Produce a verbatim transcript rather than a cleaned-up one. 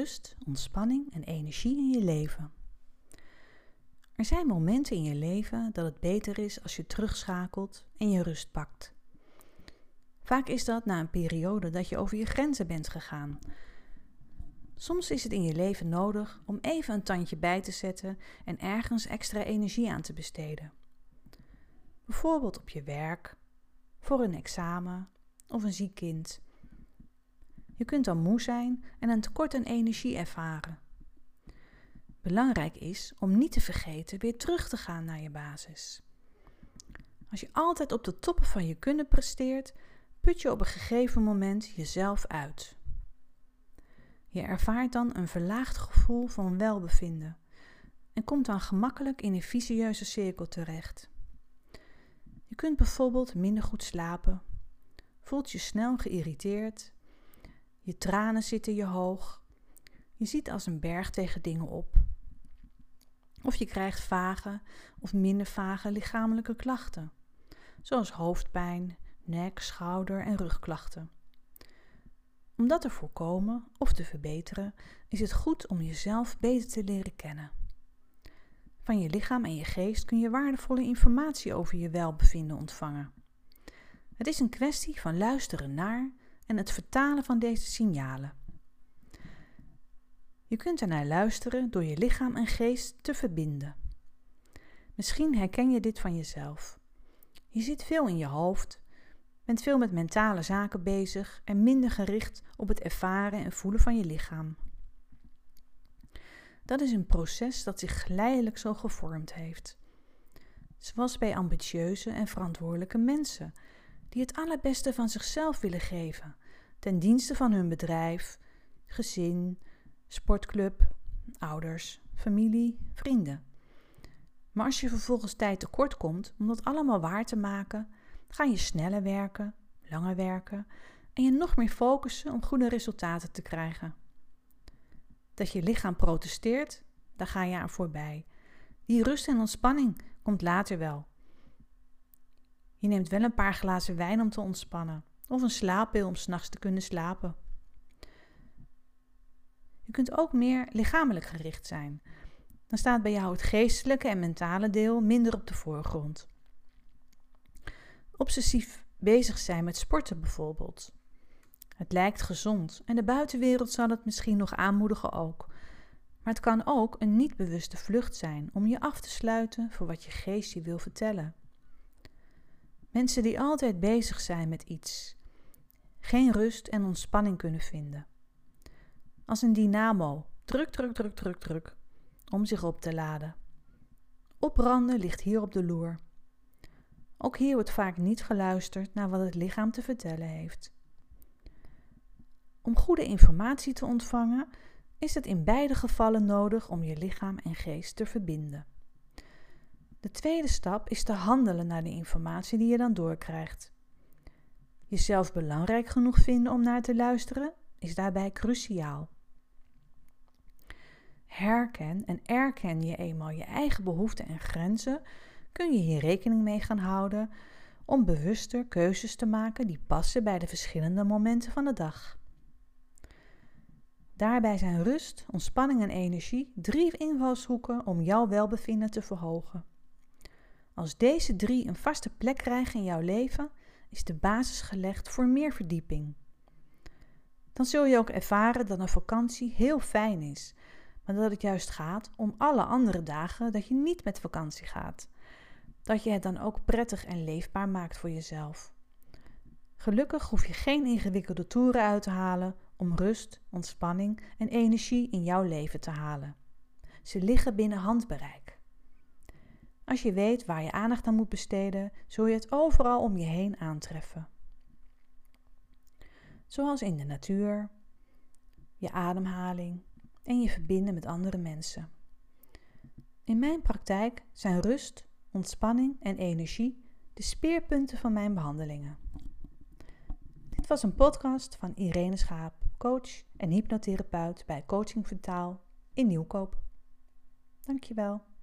rust, ontspanning en energie in je leven. Er zijn momenten in je leven dat het beter is als je terugschakelt en je rust pakt. Vaak is dat na een periode dat je over je grenzen bent gegaan. Soms is het in je leven nodig om even een tandje bij te zetten en ergens extra energie aan te besteden. Bijvoorbeeld op je werk, voor een examen of een ziek kind. Je kunt dan moe zijn en een tekort aan energie ervaren. Belangrijk is om niet te vergeten weer terug te gaan naar je basis. Als je altijd op de toppen van je kunnen presteert, put je op een gegeven moment jezelf uit. Je ervaart dan een verlaagd gevoel van welbevinden en komt dan gemakkelijk in een vicieuze cirkel terecht. Je kunt bijvoorbeeld minder goed slapen, voelt je snel geïrriteerd, je tranen zitten je hoog, je ziet als een berg tegen dingen op. Of je krijgt vage of minder vage lichamelijke klachten, zoals hoofdpijn, nek, schouder en rugklachten. Om dat te voorkomen of te verbeteren, is het goed om jezelf beter te leren kennen. Van je lichaam en je geest kun je waardevolle informatie over je welbevinden ontvangen. Het is een kwestie van luisteren naar en het vertalen van deze signalen. Je kunt ernaar luisteren door je lichaam en geest te verbinden. Misschien herken je dit van jezelf. Je zit veel in je hoofd, bent veel met mentale zaken bezig en minder gericht op het ervaren en voelen van je lichaam. Dat is een proces dat zich geleidelijk zo gevormd heeft. Zoals bij ambitieuze en verantwoordelijke mensen, die het allerbeste van zichzelf willen geven, ten dienste van hun bedrijf, gezin, sportclub, ouders, familie, vrienden. Maar als je vervolgens tijd tekort komt om dat allemaal waar te maken, ga je sneller werken, langer werken en je nog meer focussen om goede resultaten te krijgen. Dat je lichaam protesteert, daar ga je aan voorbij. Die rust en ontspanning komt later wel. Je neemt wel een paar glazen wijn om te ontspannen of een slaappil om 's nachts te kunnen slapen. Je kunt ook meer lichamelijk gericht zijn. Dan staat bij jou het geestelijke en mentale deel minder op de voorgrond. Obsessief bezig zijn met sporten bijvoorbeeld. Het lijkt gezond en de buitenwereld zal het misschien nog aanmoedigen ook. Maar het kan ook een niet bewuste vlucht zijn om je af te sluiten voor wat je geest je wil vertellen. Mensen die altijd bezig zijn met iets, geen rust en ontspanning kunnen vinden. Als een dynamo, druk, druk, druk, druk, druk, om zich op te laden. Opbranden ligt hier op de loer. Ook hier wordt vaak niet geluisterd naar wat het lichaam te vertellen heeft. Om goede informatie te ontvangen, is het in beide gevallen nodig om je lichaam en geest te verbinden. De tweede stap is te handelen naar de informatie die je dan doorkrijgt. Jezelf belangrijk genoeg vinden om naar te luisteren, is daarbij cruciaal. Herken en erken je eenmaal je eigen behoeften en grenzen, kun je hier rekening mee gaan houden om bewuster keuzes te maken die passen bij de verschillende momenten van de dag. Daarbij zijn rust, ontspanning en energie drie invalshoeken om jouw welbevinden te verhogen. Als deze drie een vaste plek krijgen in jouw leven, is de basis gelegd voor meer verdieping. Dan zul je ook ervaren dat een vakantie heel fijn is, maar dat het juist gaat om alle andere dagen dat je niet met vakantie gaat. Dat je het dan ook prettig en leefbaar maakt voor jezelf. Gelukkig hoef je geen ingewikkelde toeren uit te halen om rust, ontspanning en energie in jouw leven te halen. Ze liggen binnen handbereik. Als je weet waar je aandacht aan moet besteden, zul je het overal om je heen aantreffen. Zoals in de natuur, je ademhaling en je verbinden met andere mensen. In mijn praktijk zijn rust, ontspanning en energie de speerpunten van mijn behandelingen. Dit was een podcast van Irene Schaap, coach en hypnotherapeut bij Coaching Vertaal in Nieuwkoop. Dankjewel.